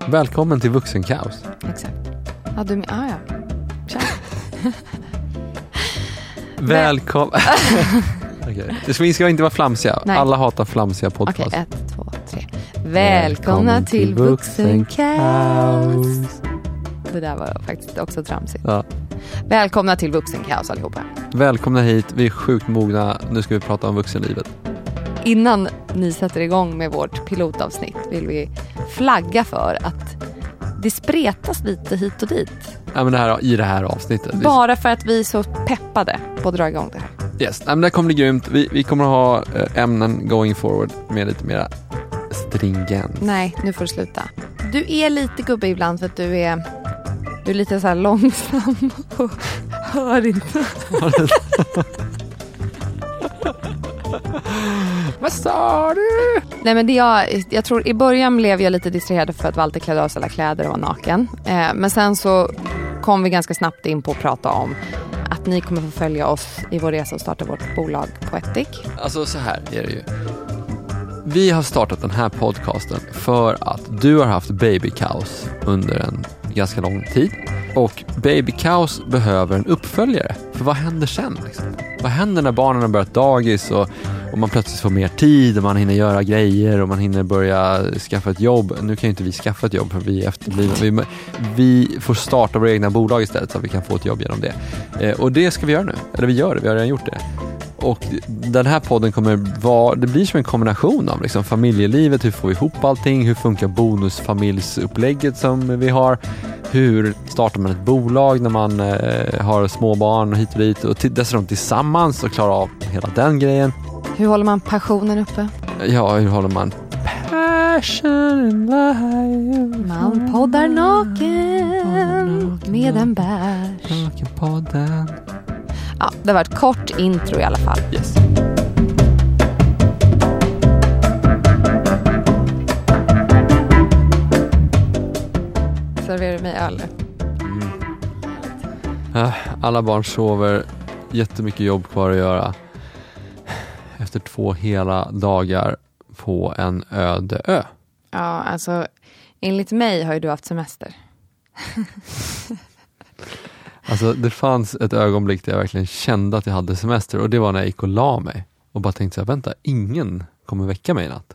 Välkommen till Vuxenkaos. Exakt. Ja, du ja. Tja. Välkommen. Okay. Vi ska inte vara flamsiga. Nej. Alla hatar flamsiga podcast. Okej, 1, 2, 3. Välkomna till Vuxenkaos. Det där var faktiskt också tramsigt. Ja. Välkomna till Vuxenkaos allihopa. Välkomna hit. Vi är sjukt mogna. Nu ska vi prata om vuxenlivet. Innan ni sätter igång med vårt pilotavsnitt vill vi flagga för att det spretas lite hit och dit. Ja, men i det här avsnittet. Bara för att vi är så peppade på att dra igång det här. Yes, men det kommer bli grymt. Vi kommer att ha ämnen going forward med lite mer stringent. Nej, nu får du sluta. Du är lite gubbe ibland för att du är lite så här långsam och hör inte. Vad sa du? Nej, men jag tror i början blev jag lite distraherad för att Walter klädde av sig alla kläder och var naken. Men sen så kom vi ganska snabbt in på att prata om att ni kommer få följa oss i vår resa och starta vårt bolag Poetic. Alltså så här är det ju. Vi har startat den här podcasten för att du har haft babykaos under en ganska lång tid. Och babykaos behöver en uppföljare. För vad händer sen? Liksom? Vad händer när barnen har börjat dagis och man plötsligt får mer tid och man hinner göra grejer och man hinner börja skaffa ett jobb. Nu kan ju inte vi skaffa ett jobb för vi är efterblivna. Vi får starta våra egna bolag istället så att vi kan få ett jobb genom det. Och det ska vi göra nu. Eller vi har redan gjort det. Och den här podden det blir som en kombination av liksom familjelivet, hur får vi ihop allting, hur funkar bonusfamiljsupplägget som vi har, hur startar man ett bolag när man har små barn hit och dit och dessutom tillsammans och klarar av hela den grejen. Hur håller man passionen uppe? Ja, hur håller man passion life? Man poddar naken med en bärs. Nakenpodden. Ja, det var ett kort intro i alla fall. Yes. Serverar du mig öl? Alla barn sover. Jättemycket jobb kvar att göra. Efter 2 hela dagar på en öde ö. Ja, alltså enligt mig har ju du haft semester. Alltså det fanns ett ögonblick där jag verkligen kände att jag hade semester och det var när jag gick och la mig och bara tänkte så här, vänta, ingen kommer väcka mig i natt.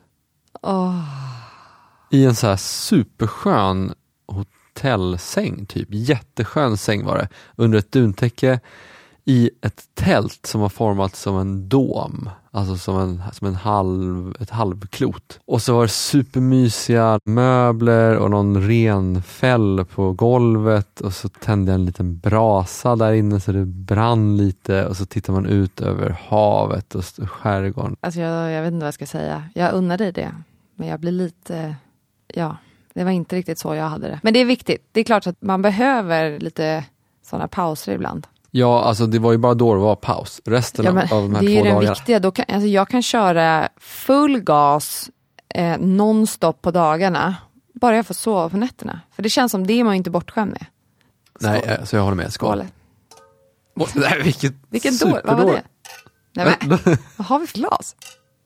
I en så här superskön hotellsäng typ, jätteskön säng var det, under ett duntäcke i ett tält som var format som en dom, alltså som ett halvklot. Och så var det supermysiga möbler och någon ren fäll på golvet och så tände jag en liten brasa där inne så det brann lite och så tittar man ut över havet och skärgården. Alltså jag vet inte vad jag ska säga. Jag unnar dig det, men jag blir lite, det var inte riktigt så jag hade det. Men det är viktigt. Det är klart att man behöver lite sådana pauser ibland. Ja, alltså det var ju bara då det var paus. Resten av de här 2 dagarna. Det är den viktiga. Jag kan köra full gas nonstop på dagarna. Bara jag får sova på nätterna. För det känns som det är man ju inte bortskämd med. Skål. Nej, så jag håller med. Skål. Nej, vilken dålig. Vad var det? Nej, men, vad har vi för glas?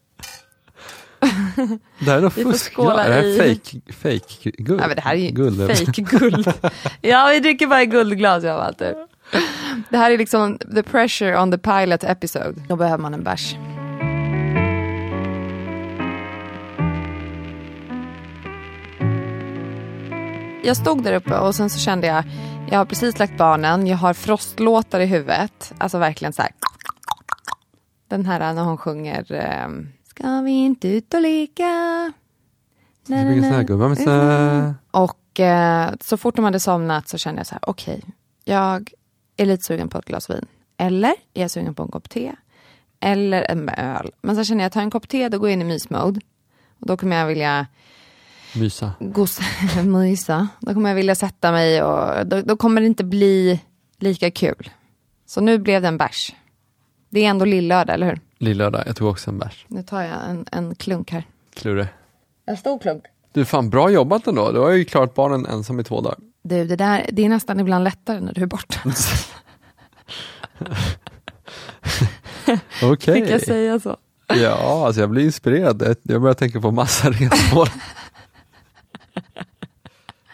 Det här är nog fuskglas. Det här är fake guld. Nej, men det här är ju fake guld. Ja, vi dricker bara guldglas, jag Walter. Det här är liksom the pressure on the pilot episode. Då behöver man en bärs. Jag stod där uppe och sen så kände jag har precis lagt barnen. Jag har frostlåtar i huvudet. Alltså verkligen så här. Den här när hon sjunger ska vi inte ut och leka? Och så fort de hade somnat så kände jag så här, okej, jag är lite sugen på ett glas vin. Eller är jag sugen på en kopp te. Eller en öl. Men så känner jag att ta en kopp te, då går jag in i mysmode. Och då kommer jag vilja mysa. Mysa. Då kommer jag vilja sätta mig och då kommer det inte bli lika kul. Så nu blev det en bärs. Det är ändå lillördag, eller hur? Lillördag, jag tog också en bärs. Nu tar jag en klunk här. Klurre. En stor klunk. Du, fan bra jobbat ändå. Du har ju klarat barnen ensam i 2 dagar. Du, det är nästan ibland lättare när du är borta. Okej. Fick jag säga så? Ja, alltså jag blir inspirerad. Jag börjar tänka på massa resmål.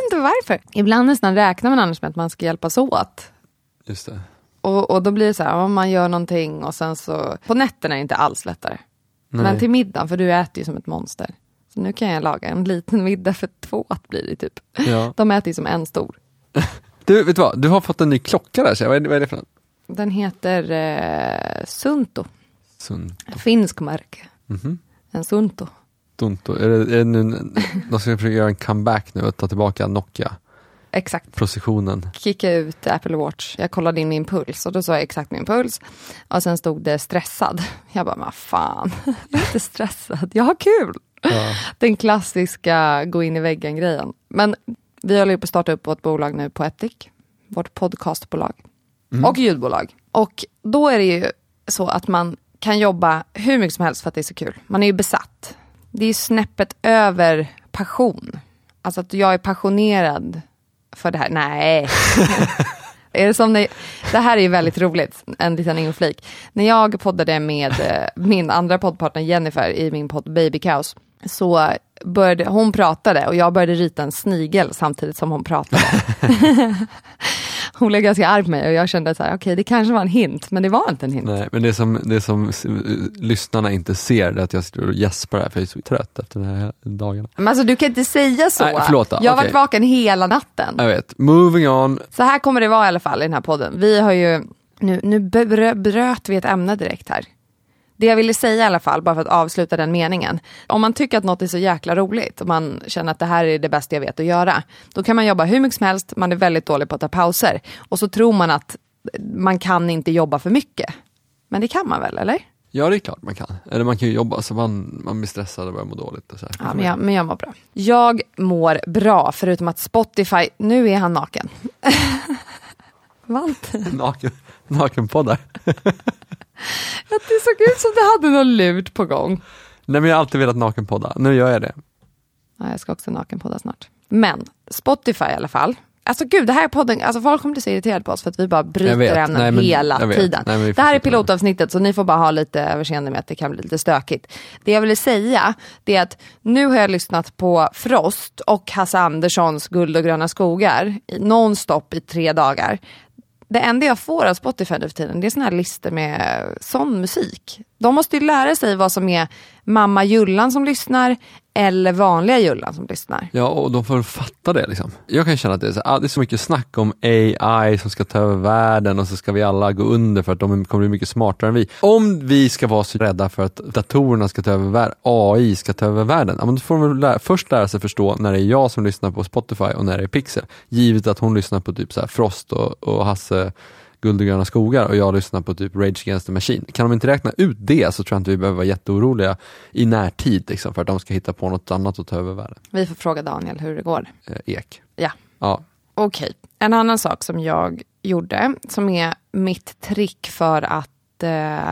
inte varför. Ibland nästan räknar man annars med att man ska hjälpas åt. Just det. Och då blir det så här, om man gör någonting och sen så... På nätterna är det inte alls lättare. Nej. Men till middagen, för du äter ju som ett monster. Så nu kan jag laga en liten middag för 2 att bli det typ. Ja. De äter ju som en stor. Du, vet du vad? Du har fått en ny klocka där. Vad är det för något? Den heter Sunto. Sunto. Finsk märke. Mhm. En Sunto. Sunto. Är det nu, de ska försöka göra en comeback nu och ta tillbaka Nokia. Exakt. Processionen. Kicka ut Apple Watch. Jag kollade in min puls och då sa jag exakt min puls. Och sen stod det stressad. Jag bara, vad fan. Jag är inte stressad. Jag har kul. Ja. Den klassiska gå in i väggen-grejen. Men vi håller ju på att starta upp vårt bolag nu på Epic. Vårt podcastbolag. Och ljudbolag. Och då är det ju så att man kan jobba hur mycket som helst för att det är så kul. Man är ju besatt. Det är ju snäppet över passion. Alltså att jag är passionerad för det här. Nej. Är det som det här är ju väldigt roligt. En liten inflik. När jag poddade med min andra poddpartner Jennifer i min podd Baby Cows, så började hon pratade och jag började rita en snigel samtidigt som hon pratade. Hon blev ganska arg på mig och jag kände så här, okej, det kanske var en hint, men det var inte en hint. Nej, men det som lyssnarna inte ser är att jag sitter och gäspar här för jag är så trött efter den här dagen. Men alltså du kan inte säga så. Nej, förlåt, jag har okej. varit vaken hela natten. Jag vet. Moving on. Så här kommer det vara i alla fall i den här podden. Vi har ju, nu bröt vi ett ämne direkt här. Det jag ville säga i alla fall, bara för att avsluta den meningen. Om man tycker att något är så jäkla roligt och man känner att det här är det bästa jag vet att göra, då kan man jobba hur mycket som helst, man är väldigt dålig på att ta pauser. Och så tror man att man kan inte jobba för mycket. Men det kan man väl, eller? Ja, det är klart man kan. Eller man kan ju jobba så man blir stressad och börjar må dåligt. Och så här. Ja, men jag mår bra. Jag mår bra, förutom att Spotify, nu är han naken. Vant. Nakenpoddar. Att det såg ut som det hade någon lut på gång. Nej, men jag har alltid velat nakenpodda. Nu gör jag det. Ja, jag ska också nakenpodda snart. Men Spotify i alla fall. Alltså gud, det här är podden. Alltså folk kommer bli så irriterade på oss för att vi bara bryter ämnen hela tiden. Nej, det här är pilotavsnittet så ni får bara ha lite överseende med att det kan bli lite stökigt. Det jag ville säga det är att nu har jag lyssnat på Frost och Hasse Anderssons Guld och gröna skogar nonstop i 3 dagar. Det enda jag får av Spotify nu för tiden, det är såna här listor med sån musik. De måste ju lära sig vad som är mamma Jullan som lyssnar eller vanliga Jullan som lyssnar. Ja, och de får fatta det liksom. Jag kan känna att det är så mycket snack om AI som ska ta över världen och så ska vi alla gå under för att de kommer bli mycket smartare än vi. Om vi ska vara så rädda för att datorerna ska ta över världen, AI ska ta över världen, ja, men då får de väl först lära sig förstå när det är jag som lyssnar på Spotify och när det är Pixel. Givet att hon lyssnar på typ så här Frost och Hasse Guld och gröna skogar och jag lyssnar på typ Rage Against the Machine. Kan de inte räkna ut det så tror jag inte vi behöver vara jätteoroliga i närtid liksom, för att de ska hitta på något annat och ta över världen. Vi får fråga Daniel hur det går. Ek. Ja. Okej. En annan sak som jag gjorde som är mitt trick för att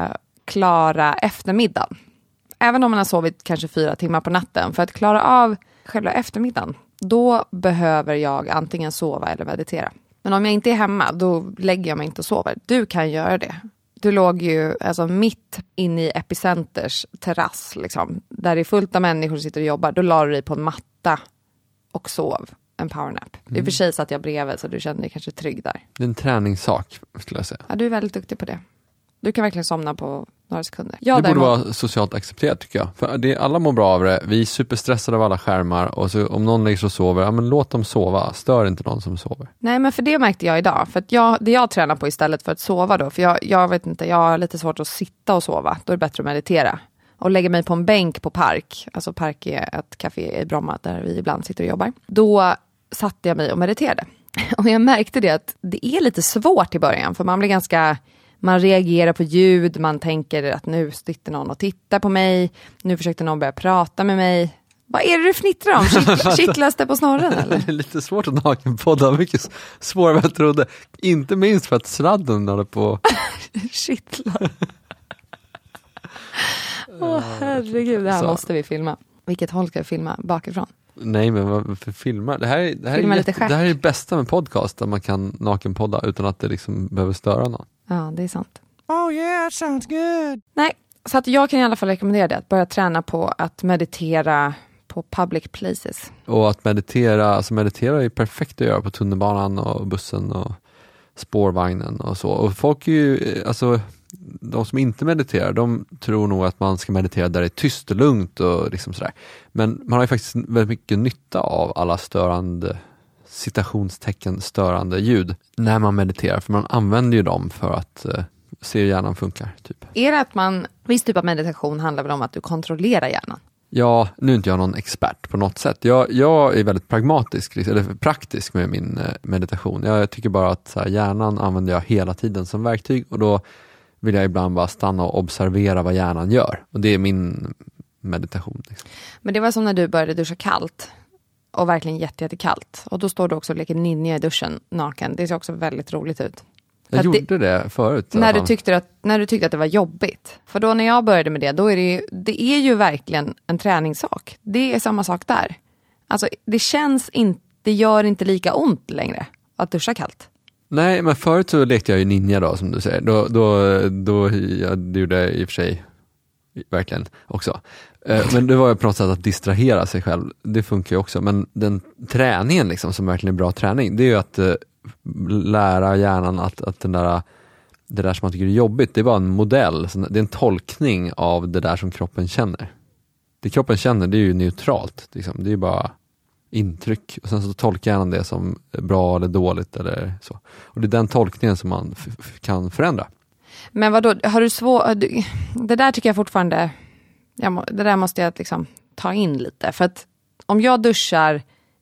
klara eftermiddagen. Även om man har sovit kanske 4 timmar på natten. För att klara av själva eftermiddagen, då behöver jag antingen sova eller meditera. Men om jag inte är hemma, då lägger jag mig inte och sover. Du kan göra det. Du låg ju alltså mitt inne i Epicenters terrass, liksom, där det är fullt av människor som sitter och jobbar. Då la du dig på en matta och sov en powernap. I och för sig satt jag bredvid så du kände dig kanske trygg där. Det är en träningssak, skulle jag säga. Ja, du är väldigt duktig på det. Du kan verkligen somna på några sekunder. Det borde vara socialt accepterat tycker jag. För alla mår bra av det. Vi är superstressade av alla skärmar. Och så, om någon lägger sig och sover, ja, men låt dem sova. Stör inte någon som sover. Nej, men för det märkte jag idag. För att det jag tränar på istället för att sova då. För jag vet inte, jag har lite svårt att sitta och sova. Då är det bättre att meditera. Och lägga mig på en bänk på Park. Alltså Park är ett café i Bromma där vi ibland sitter och jobbar. Då satte jag mig och mediterade. Och jag märkte det att det är lite svårt i början. För man blir ganska... Man reagerar på ljud, man tänker att nu sitter någon och tittar på mig. Nu försökte någon börja prata med mig. Vad är det du fnittrar om? Kittlas det på snorren eller? Det är lite svårt att nakenpodda, mycket svårare än jag trodde. Inte minst för att sladden hade på... Kittlar. Herregud, det här måste vi filma. Vilket håll ska vi filma? Bakifrån? Nej, men vad för filmar? Det här är det bästa med podcast, där man kan nakenpodda utan att det liksom behöver störa någon. Ja, det är sant. Oh yeah, sounds good. Nej, så att jag kan i alla fall rekommendera det. Att börja träna på att meditera på public places. Och att meditera, alltså meditera är perfekt att göra på tunnelbanan och bussen och spårvagnen och så. Och folk är ju, alltså de som inte mediterar, de tror nog att man ska meditera där det är tyst och lugnt och liksom sådär. Men man har ju faktiskt väldigt mycket nytta av alla störande, citationstecken störande ljud när man mediterar. För man använder ju dem för att se hur hjärnan funkar. Typ. Är det att viss typ av meditation handlar väl om att du kontrollerar hjärnan? Ja, nu är inte jag någon expert på något sätt. Jag är väldigt pragmatisk, eller praktisk med min meditation. Jag tycker bara att så här, hjärnan använder jag hela tiden som verktyg och då vill jag ibland bara stanna och observera vad hjärnan gör. Och det är min meditation. Liksom. Men det var som när du började duscha kallt. Och verkligen jättekallt. Och då står du också och leker ninja i duschen naken. Det ser också väldigt roligt ut. Jag gjorde det förut. När du tyckte att det var jobbigt. För då när jag började med det, då är det är ju verkligen en träningssak. Det är samma sak där. Alltså det gör inte lika ont längre att duscha kallt. Nej, men förut så lekte jag ju ninja då, som du säger. Då jag gjorde jag i och för sig verkligen också. Men det var ju på något sätt att distrahera sig själv. Det funkar ju också. Men den träningen liksom, som verkligen är bra träning, det är ju att lära hjärnan att det där som man tycker är jobbigt, det är bara en modell. Det är en tolkning av det där som kroppen känner. Det kroppen känner, det är ju neutralt. Liksom. Det är ju bara intryck. Och sen så tolkar hjärnan det som bra eller dåligt eller så. Och det är den tolkningen som man kan förändra. Men vadå, har du det där tycker jag fortfarande, det där måste jag liksom ta in lite. För att om jag duschar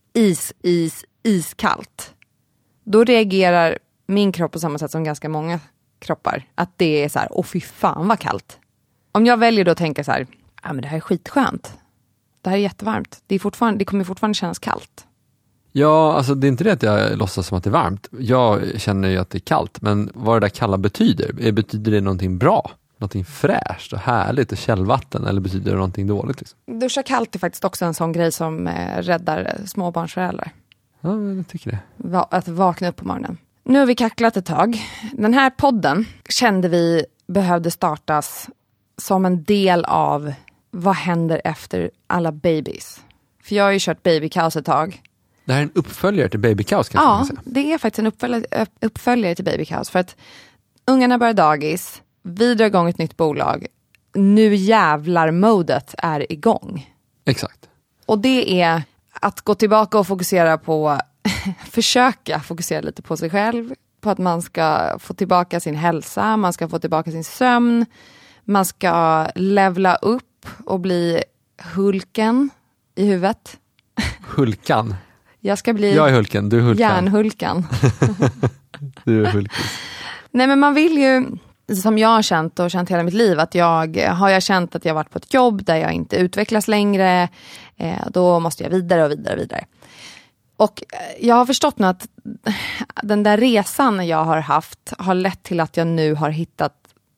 iskallt, då reagerar min kropp på samma sätt som ganska många kroppar. Att det är så här, fy fan vad kallt. Om jag väljer då att tänka så här, men det här är skitskönt. Det här är jättevarmt. Det kommer fortfarande kännas kallt. Ja, alltså det är inte det att jag låtsas som att det är varmt. Jag känner ju att det är kallt. Men vad det där kalla betyder? Betyder det någonting bra? Någonting fräscht och härligt och källvatten? Eller betyder det någonting dåligt? Liksom? Duscha kallt är faktiskt också en sån grej som räddar småbarnsföräldrar. Ja, jag tycker det. Att vakna upp på morgonen. Nu har vi kacklat ett tag. Den här podden kände vi behövde startas som en del av vad händer efter alla babies. För jag har ju kört babykaos ett tag. Det här är en uppföljare till babykaos kanske man kan säga. Ja, det är faktiskt en uppföljare till babykaos. För att ungarna börjar dagis, vi drar igång ett nytt bolag. Nu jävlar modet är igång. Exakt. Och det är att gå tillbaka och fokusera på, försöka fokusera lite på sig själv. På att man ska få tillbaka sin hälsa, man ska få tillbaka sin sömn. Man ska levla upp och bli Hulken i huvudet. Hulkan? Jag är Hulken, du är Hulkan. Järnhulkan. Du är Hulken. Nej, men man vill ju, som jag har känt hela mitt liv, att jag känt att jag varit på ett jobb där jag inte utvecklas längre, då måste jag vidare och vidare och vidare. Och jag har förstått nu att den där resan jag har haft har lett till att jag nu har hittat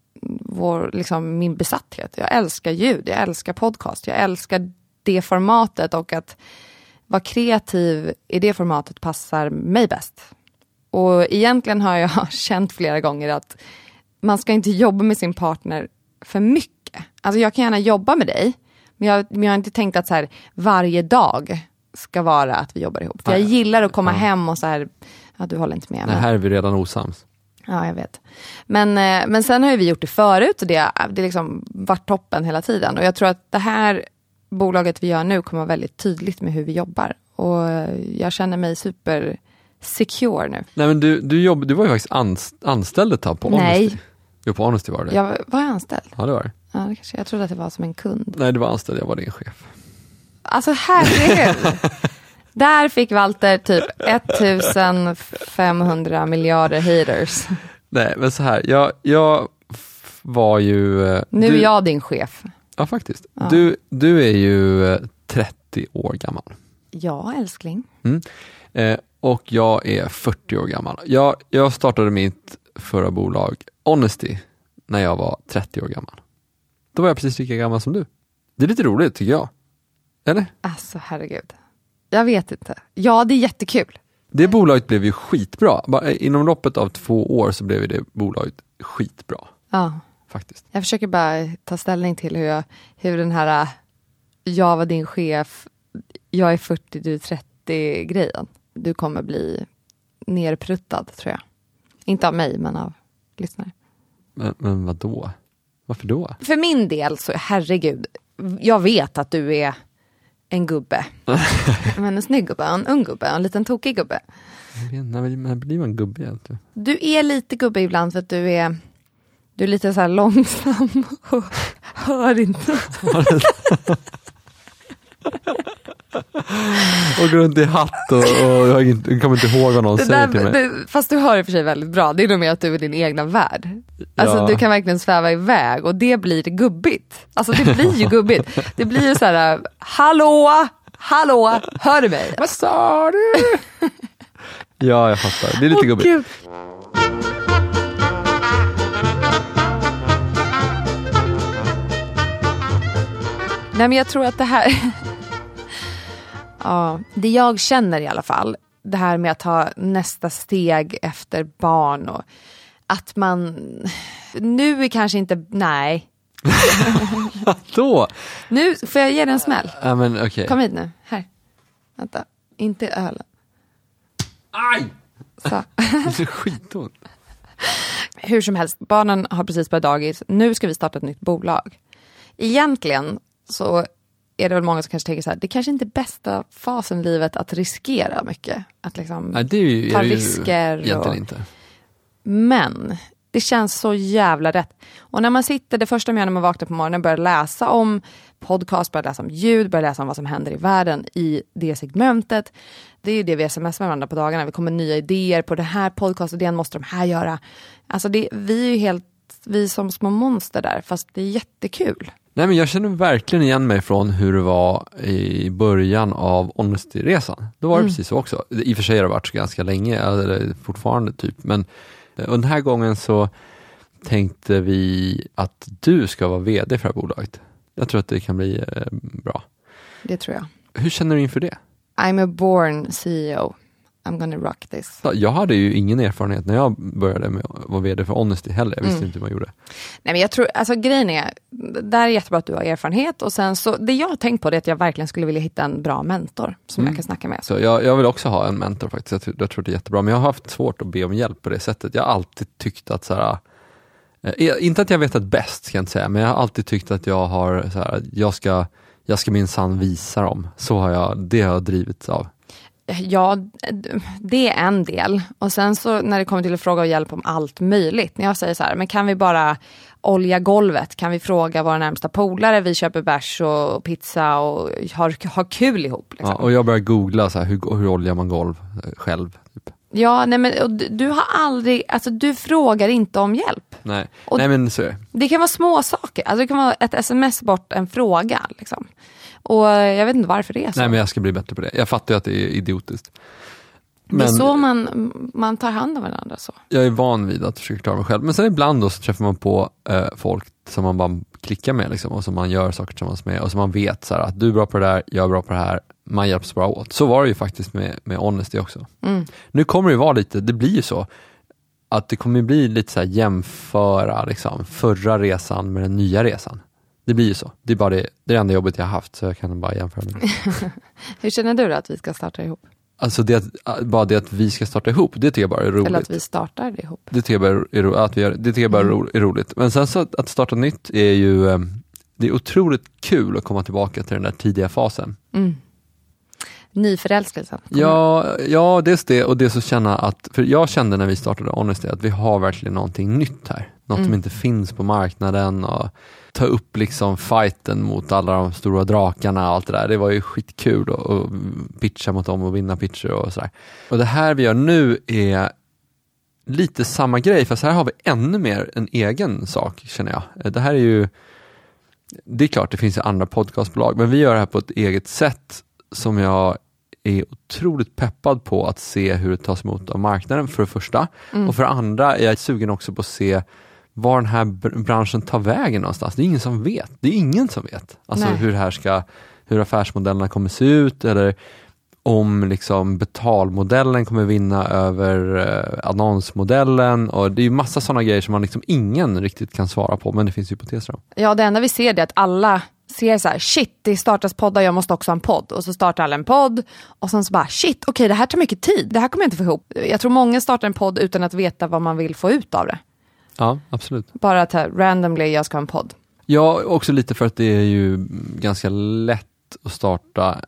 min besatthet. Jag älskar ljud, jag älskar podcast, jag älskar det formatet, och att vara kreativ i det formatet passar mig bäst. Och egentligen har jag känt flera gånger att man ska inte jobba med sin partner för mycket. Alltså jag kan gärna jobba med dig, men jag har inte tänkt att så här, varje dag ska vara att vi jobbar ihop. För jag gillar att komma hem och så här, du håller inte med. Nej, här är vi redan osams. Ja, jag vet. Men sen har vi gjort det förut, och det liksom varit toppen hela tiden. Och jag tror att det här bolaget vi gör nu kommer vara väldigt tydligt med hur vi jobbar. Och jag känner mig super secure nu. Nej, men du var ju faktiskt anställd ett tag på Honesty. Nej. Jo, på Honesty var det. Jag var anställd? Ja, det var det. Ja, det kanske. Jag trodde att det var som en kund. Nej, det var anställd. Jag var din chef. Alltså herregud. Där fick Walter typ 1500 miljarder haters. Nej, men så här. Jag var ju... Nu är jag din chef. Ja, faktiskt. Ja. Du är ju 30 år gammal. Ja, älskling. Och jag är 40 år gammal. Jag startade mitt förra bolag, Honesty, när jag var 30 år gammal. Då var jag precis lika gammal som du. Det är lite roligt, tycker jag. Eller? Alltså, herregud. Jag vet inte. Ja, det är jättekul. Det bolaget blev ju skitbra. Bara inom loppet av 2 år så blev det bolaget skitbra. Ja. Faktiskt. Jag försöker bara ta ställning till hur den här jag var din chef jag är 40, du är 30 grejen. Du kommer bli nerpruttad, tror jag. Inte av mig, men av lyssnare. Men vadå? Varför då? För min del så, herregud, jag vet att du är en gubbe. Men en snygg gubbe, en ung gubbe, en liten tokig gubbe. När blir man gubbe egentligen? Du är lite gubbe ibland för att du är lite så här långsam och hör inte. Och går runt i hatt och jag kommer inte ihåg vad någon säger till mig. Fast du hör i och för sig väldigt bra. Det är nog mer att du är din egna värld. Alltså du kan verkligen sväva iväg och det blir gubbigt. Alltså det blir ju gubbigt. Det blir ju så här: hallå, hör du mig? Vad sa du? Ja, jag fattar. Det är lite gubbigt. Gud. Nej, men jag tror att det här... ja, det jag känner i alla fall, det här med att ta nästa steg efter barn och att man... Nu är kanske inte... Nej. Då? Nu får jag ge dig en smäll. Ja, men okej. Kom hit nu. Här. Vänta. Inte ölen. Aj! Så. Det är skitont. Hur som helst, barnen har precis börjat dagis. Nu ska vi starta ett nytt bolag. Egentligen så är det väl många som kanske tänker så här: det kanske inte är bästa fasen i livet att riskera mycket. Att liksom det är ju, ta risker. Egentligen inte. Men det känns så jävla rätt. Och när man sitter, det första man gör när man vaknar på morgonen, börjar läsa om podcast, börjar läsa om ljud, börjar läsa om vad som händer i världen i det segmentet. Det är ju det vi smsar med varandra på dagarna. Vi kommer nya idéer på det här podcastidén, måste de här göra. Alltså vi är ju helt, vi som små monster där, fast det är jättekul. Nej, men jag känner verkligen igen mig från hur det var i början av Honesty-resan. Då var det precis så också. I och för sig har det varit så ganska länge, eller fortfarande typ. Men den här gången så tänkte vi att du ska vara vd för det här bolaget. Jag tror att det kan bli bra. Det tror jag. Hur känner du inför det? I'm a born CEO. I'm gonna rock this. Jag hade ju ingen erfarenhet när jag började med att vara vd för Honesty heller. Jag visste inte hur man gjorde. Nej, men jag tror, alltså grejen är, där är jättebra att du har erfarenhet. Och sen så, det jag har tänkt på det är att jag verkligen skulle vilja hitta en bra mentor som jag kan snacka med. Så jag vill också ha en mentor faktiskt. Jag tror det är jättebra. Men jag har haft svårt att be om hjälp på det sättet. Jag har alltid tyckt att så här, inte att jag vet att bäst, ska jag inte säga, men jag har alltid tyckt att jag har så här, jag ska minsann visa dem. Det har jag drivits av. Ja, det är en del. Och sen så när det kommer till att fråga och hjälp om allt möjligt. När jag säger så här, men kan vi bara olja golvet? Kan vi fråga våra närmsta polare? Vi köper bärs och pizza och har kul ihop. Liksom. Ja, och jag börjar googla så här, hur oljar man golv själv? Typ. Ja, nej, men du har aldrig, alltså du frågar inte om hjälp. Nej, men så är det. Det kan vara små saker. Alltså det kan vara ett sms bort en fråga liksom. Och jag vet inte varför det är så. Nej, men jag ska bli bättre på det. Jag fattar ju att det är idiotiskt. Men det är så man tar hand om varandra så. Jag är van vid att försöka klara mig själv. Men sen ibland då så träffar man på folk som man bara klickar med liksom, och som man gör saker tillsammans med. Och som man vet så här, att du är bra på det där, jag är bra på det här. Man hjälps bra åt. Så var det ju faktiskt med Honesty också. Nu kommer det ju vara lite, det blir ju så att det kommer bli lite så här jämföra liksom, förra resan med den nya resan. Det blir ju så. Det är bara det enda jobbet jag har haft, så jag kan bara jämföra med det. Hur känner du då att vi ska starta ihop? Alltså bara det att vi ska starta ihop, det tycker jag bara är roligt. Eller att vi startar det ihop. Det tycker jag bara är roligt. Men sen så att starta nytt är ju, det är otroligt kul att komma tillbaka till den där tidiga fasen. Nyförälskelsen. Ja, dels det och det så känna att, för jag kände när vi startade Honesty att vi har verkligen någonting nytt här. Något som inte finns på marknaden, och ta upp liksom fighten mot alla de stora drakarna och allt det där. Det var ju skitkul att pitcha mot dem och vinna pitcher och sådär. Och det här vi gör nu är lite samma grej, fast här har vi ännu mer en egen sak, känner jag. Det här är ju, det är klart det finns ju andra podcastbolag, men vi gör det här på ett eget sätt som jag är otroligt peppad på att se hur det tas emot av marknaden, för det första. Och för det andra är jag sugen också på att se var den här branschen tar vägen någonstans. Det är ingen som vet. Det är ingen som vet. Alltså hur affärsmodellerna kommer se ut, eller om liksom betalmodellen kommer vinna över annonsmodellen, och det är ju massa sådana grejer som man liksom ingen riktigt kan svara på, men det finns hypoteser om. Ja, det enda vi ser är att alla ser så här, shit, det startas poddar, jag måste också ha en podd. Och så startar alla en podd och sen så bara, shit, okej, det här tar mycket tid. Det här kommer jag inte få ihop. Jag tror många startar en podd utan att veta vad man vill få ut av det. Ja, absolut. Bara att här, randomly, jag ska ha en podd. Ja, också lite för att det är ju ganska lätt att starta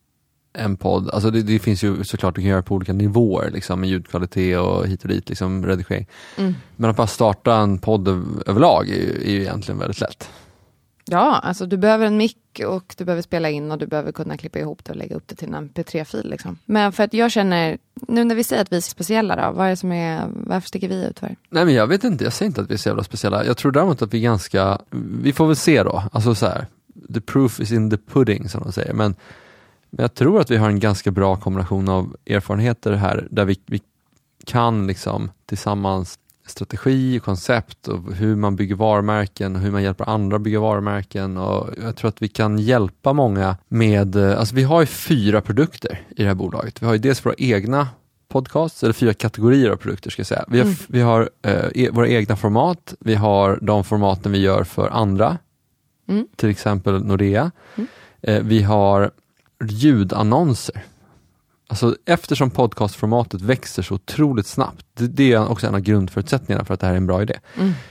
en podd. Alltså det finns ju såklart, du kan göra på olika nivåer liksom, med ljudkvalitet och hit och dit, liksom redigering. Men att bara starta en podd överlag är ju egentligen väldigt lätt. Ja, alltså du behöver en mick och du behöver spela in och du behöver kunna klippa ihop det och lägga upp det till en mp3-fil liksom. Men för att jag känner, nu när vi säger att vi är speciella då, vad är det som är, varför sticker vi ut för? Nej, men jag vet inte, jag säger inte att vi är så jävla speciella. Jag tror däremot att vi är ganska, vi får väl se då, alltså så här, the proof is in the pudding som de säger, men jag tror att vi har en ganska bra kombination av erfarenheter här, där vi kan liksom tillsammans strategi, koncept och hur man bygger varumärken och hur man hjälper andra att bygga varumärken, och jag tror att vi kan hjälpa många med, alltså vi har ju 4 produkter i det här bolaget. Vi har ju dels våra egna podcasts, eller 4 kategorier av produkter ska jag säga. Vi har våra egna format, vi har de formaten vi gör för andra, till exempel Nordea. Vi har ljudannonser. Alltså eftersom podcastformatet växer så otroligt snabbt, det är också en av grundförutsättningarna för att det här är en bra idé.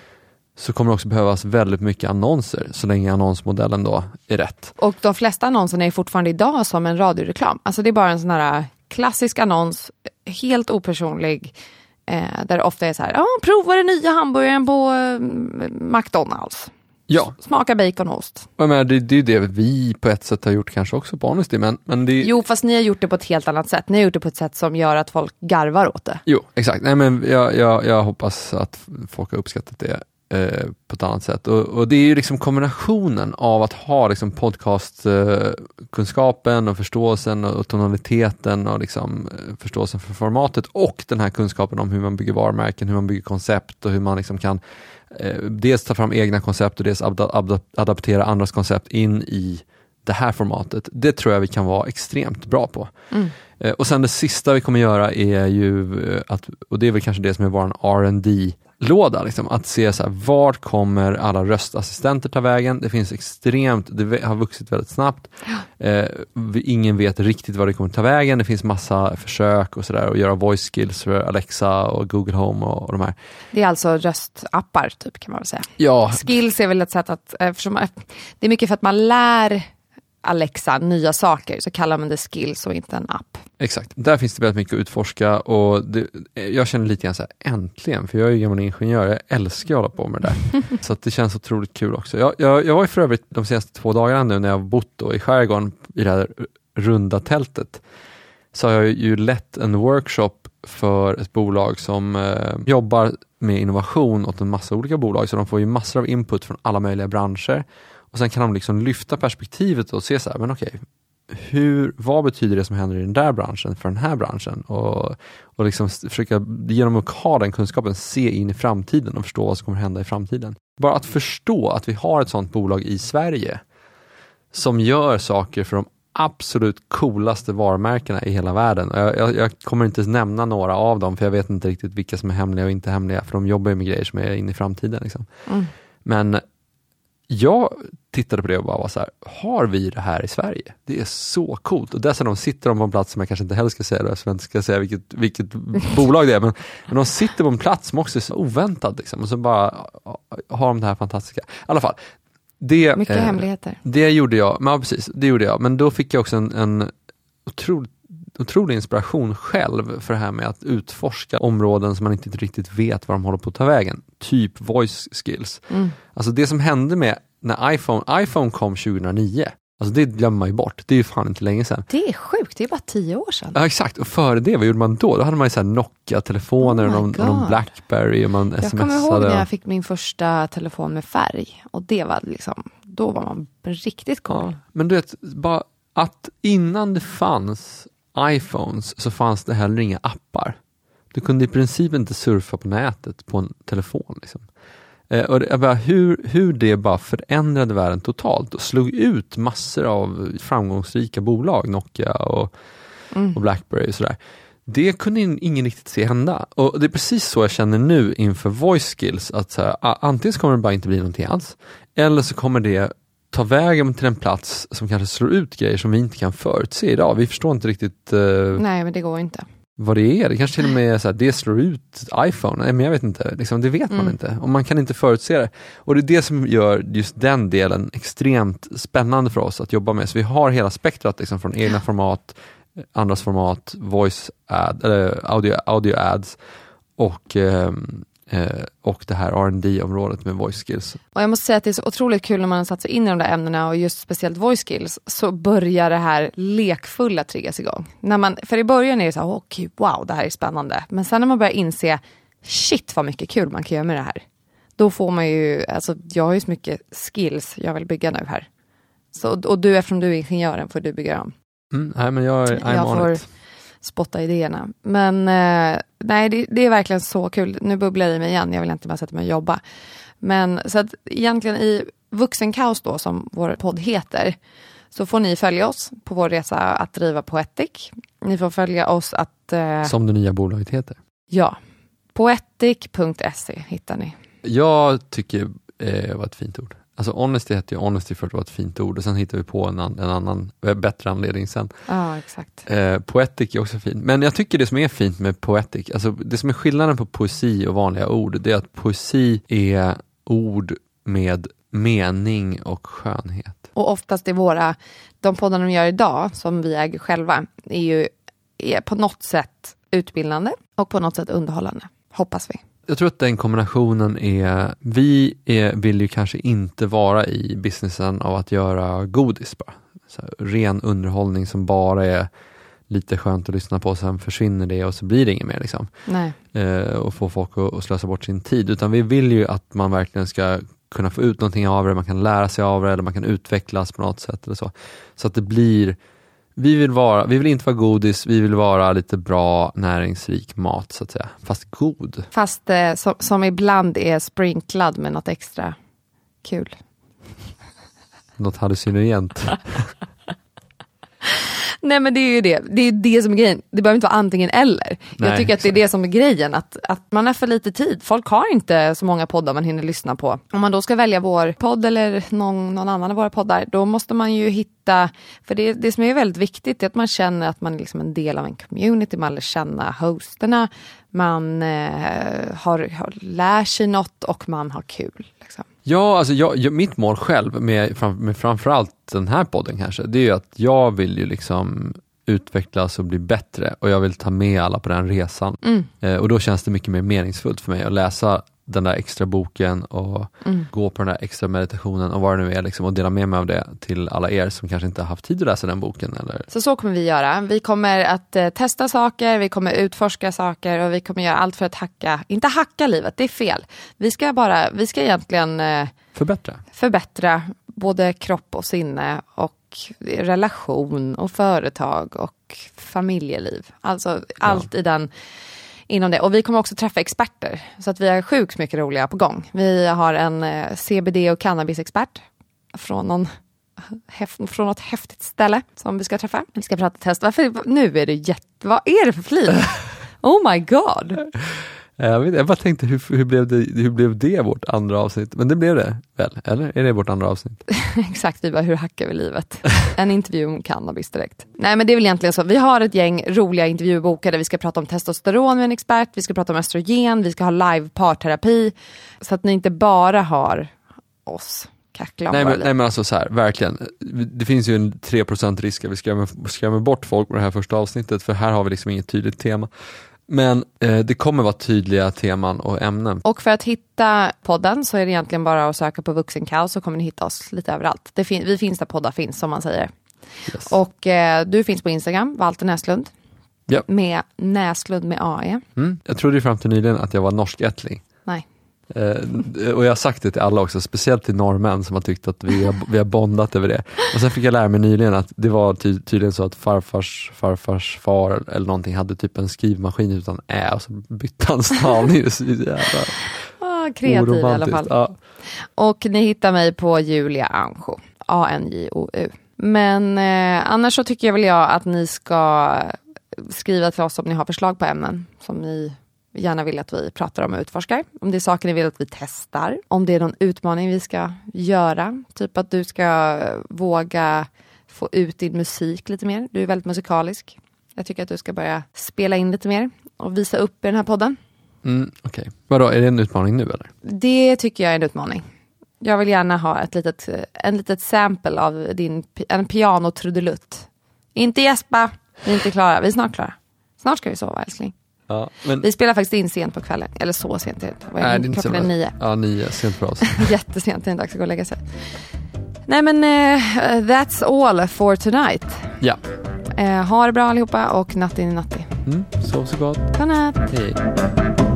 Så kommer det också behövas väldigt mycket annonser så länge annonsmodellen då är rätt. Och de flesta annonserna är fortfarande idag som en radioreklam. Alltså det är bara en sån här klassisk annons, helt opersonlig, där det ofta är så här, prova den nya hamburgaren på McDonalds. Ja. Smaka bacon och ost. Men det är ju det vi på ett sätt har gjort kanske också på Honesty, men det... Jo, fast ni har gjort det på ett helt annat sätt. Ni har gjort det på ett sätt som gör att folk garvar åt det. Jo, exakt. Nej, men jag hoppas att folk har uppskattat det på ett annat sätt. Och det är ju liksom kombinationen av att ha liksom podcastkunskapen och förståelsen och tonaliteten och liksom förståelsen för formatet och den här kunskapen om hur man bygger varumärken, hur man bygger koncept och hur man liksom kan dels ta fram egna koncept och dels adaptera andras koncept in i det här formatet. Det tror jag vi kan vara extremt bra på. Och sen det sista vi kommer göra är ju att, och det är väl kanske det som är vår R&D-låda, liksom, att se så här, vart kommer alla röstassistenter ta vägen? Det finns det har vuxit väldigt snabbt. Ingen vet riktigt vad det kommer ta vägen. Det finns massa försök och sådär, och göra voice skills för Alexa och Google Home och de här. Det är alltså röstappar typ, kan man väl säga. Ja. Skills är väl ett sätt att, eftersom det är mycket för att man lär Alexa nya saker, så kallar man det skills och inte en app. Exakt, där finns det väldigt mycket att utforska, och jag känner lite grann så här, äntligen, för jag är ju gammal ingenjör, jag älskar att hålla på med det där. Så att det känns otroligt kul också. Jag var ju för övrigt de senaste 2 dagarna nu när jag har bott då i skärgården i det här runda tältet, så har jag ju lett en workshop för ett bolag som jobbar med innovation åt en massa olika bolag, så de får ju massor av input från alla möjliga branscher. Och sen kan de liksom lyfta perspektivet och se så här, men okej, vad betyder det som händer i den där branschen för den här branschen? Och liksom försöka genom att ha den kunskapen se in i framtiden och förstå vad som kommer hända i framtiden. Bara att förstå att vi har ett sånt bolag i Sverige som gör saker för de absolut coolaste varumärkena i hela världen. Jag kommer inte nämna några av dem, för jag vet inte riktigt vilka som är hemliga och inte hemliga, för de jobbar ju med grejer som är in i framtiden. Liksom. Men jag tittade på det och bara var så här, har vi det här i Sverige? Det är så coolt. Och dessutom sitter de på en plats som jag kanske inte heller ska säga, så jag inte ska säga vilket bolag det är, men de sitter på en plats som också är så oväntad. Liksom, och så bara har de det här fantastiska. I alla fall. Mycket hemligheter. Det gjorde jag. Men, ja, precis, det gjorde jag. Men då fick jag också en otrolig inspiration själv för det här med att utforska områden som man inte riktigt vet var de håller på att ta vägen. Typ voice skills. Alltså det som hände med när iPhone kom 2009, alltså det glömmer man ju bort. Det är ju fan inte länge sedan. Det är sjukt, det är bara 10 år sedan. Ja, exakt. Och före det, vad gjorde man då? Då hade man ju så här Nokia-telefoner och någon Blackberry och man smsade. Jag kommer ihåg när jag fick min första telefon med färg. Och det var liksom, då var man riktigt cool. Ja, men du vet, bara att innan det fanns iPhones så fanns det heller inga appar. Du kunde i princip inte surfa på nätet på en telefon. Liksom. Och det, bara, hur det bara förändrade världen totalt och slog ut massor av framgångsrika bolag, Nokia och Blackberry och sådär. Det kunde ingen riktigt se hända. Och det är precis så jag känner nu inför voice skills, att så här, antingen kommer det bara inte bli någonting alls, eller så kommer det ta vägen till en plats som kanske slår ut grejer som vi inte kan förutse idag. Vi förstår inte riktigt Nej, men det går inte. Vad det är. Det kanske till och med är så här, det slår ut iPhone. Nej, men jag vet inte. Liksom, det vet man inte. Och man kan inte förutse det. Och det är det som gör just den delen extremt spännande för oss att jobba med. Så vi har hela spektrat liksom, från egna format, andras format, voice ad, eller audio ads och det här R&D-området med voice skills. Och jag måste säga att det är så otroligt kul när man har satt sig in i de där ämnena och just speciellt voice skills så börjar det här lekfulla triggas igång. För i början är det så här, okej, wow, det här är spännande. Men sen när man börjar inse, shit vad mycket kul man kan göra med det här. Då får man ju, alltså jag har ju så mycket skills jag vill bygga nu här. Så, och du, eftersom du är ingenjören, får du bygga dem. Nej, men jag får spotta idéerna. Men nej, det är verkligen så kul. Nu bubblar jag i mig igen. Jag vill inte bara sätta mig och jobba. Men så att egentligen i Vuxenkaos då, som vår podd heter, så får ni följa oss på vår resa att driva Poetic. Ni får följa oss att... Som det nya bolaget heter. Ja. Poetic.se hittar ni. Jag tycker det var ett fint ord. Alltså honesty heter ju honesty för att det var ett fint ord och sen hittar vi på en annan bättre anledning sen. Ja, exakt. Poetic är också fint. Men jag tycker det som är fint med poetic, alltså det som är skillnaden på poesi och vanliga ord, det är att poesi är ord med mening och skönhet. Och oftast är de poddar de gör idag, som vi äger själva, är på något sätt utbildande och på något sätt underhållande. Hoppas vi. Jag tror att den kombinationen vill ju kanske inte vara i businessen av att göra godis bara. Så ren underhållning som bara är lite skönt att lyssna på, sen försvinner det och så blir det inget mer liksom. Nej. Och få folk att slösa bort sin tid. Utan vi vill ju att man verkligen ska kunna få ut någonting av det, man kan lära sig av det eller man kan utvecklas på något sätt eller så. Så att det blir... Vi vill inte vara godis, vi vill vara lite bra näringsrik mat så att säga. Fast god. Fast som ibland är sprinklad med något extra kul. Något hallucinogent. Nej, men det är ju det. Det är det som är grejen. Det behöver inte vara antingen eller. Jag tycker att det är det som är grejen. Att man har för lite tid. Folk har inte så många poddar man hinner lyssna på. Om man då ska välja vår podd eller någon annan av våra poddar, då måste man ju hitta... För det som är väldigt viktigt är att man känner att man är liksom en del av en community. Man lär känna hosterna. Man lär sig något och man har kul. Liksom. Ja, alltså mitt mål själv med framförallt den här podden kanske, det är ju att jag vill ju liksom utvecklas och bli bättre och jag vill ta med alla på den resan. Och då känns det mycket mer meningsfullt för mig att läsa den där extra boken och gå på den där extra meditationen och vad det nu är liksom, och dela med mig av det till alla er som kanske inte har haft tid att läsa den boken. Eller... Så kommer vi göra. Vi kommer att testa saker, vi kommer utforska saker och vi kommer göra allt för att inte hacka livet, det är fel. Vi ska egentligen förbättra både kropp och sinne och relation och företag och familjeliv. Alltså allt i den... inom det. Och vi kommer också träffa experter. Så att vi har sjukt mycket roliga på gång. Vi har en CBD- och cannabisexpert från något häftigt ställe som vi ska träffa. Vi ska prata test. Nu är det vad är det för flit? Oh my god. Jag bara tänkte, hur blev det vårt andra avsnitt? Men det blev det väl? Eller är det vårt andra avsnitt? Exakt, vi bara, hur hackar vi livet? En intervju om cannabis direkt. Nej, men det är väl egentligen så. Vi har ett gäng roliga intervjubokar där vi ska prata om testosteron med en expert. Vi ska prata om östrogen. Vi ska ha live parterapi. Så att ni inte bara har oss kackla. Nej, men alltså så här, verkligen. Det finns ju en 3% risk att vi skrämmer bort folk på det här första avsnittet. För här har vi liksom inget tydligt tema. Men det kommer vara tydliga teman och ämnen. Och för att hitta podden så är det egentligen bara att söka på Vuxenkaos så kommer ni hitta oss lite överallt. Vi finns där poddar finns, som man säger. Yes. Och du finns på Instagram, Walter Näslund. Yep. Med Näslund med AE. Jag trodde ju fram till nyligen att jag var norsk-ättling. Nej. Och jag har sagt det till alla också, speciellt till norrmän som har tyckt att vi har bondat över det. Och sen fick jag lära mig nyligen att det var tydligen så att farfars far eller någonting hade typ en skrivmaskin utan och så bytte han stavning. Kreativ i alla fall. Ja. Och ni hittar mig på Julia Anjo, ANJOU. Men annars så tycker jag att ni ska skriva till oss om ni har förslag på ämnen som ni gärna vill att vi pratar om och utforskar. Om det är saker ni vill att vi testar. Om det är någon utmaning vi ska göra. Typ att du ska våga få ut din musik lite mer. Du är väldigt musikalisk. Jag tycker att du ska börja spela in lite mer och visa upp i den här podden. Okej. Vadå, är det en utmaning nu eller? Det tycker jag är en utmaning. Jag vill gärna ha en litet sample av en pianotrudelutt. Inte gäspa, vi är inte klara. Vi är snart klara. Snart ska vi sova, älskling. Ja, men... Vi spelar faktiskt in sent på kvällen. Eller så sent. Klockan är 9. Ja, 9. Sent för oss. Jättesent, det är dags att gå och lägga sig. Nej men, that's all for tonight. Ja. Ha det bra allihopa och natti. Sov så gott. Godnatt. Hej.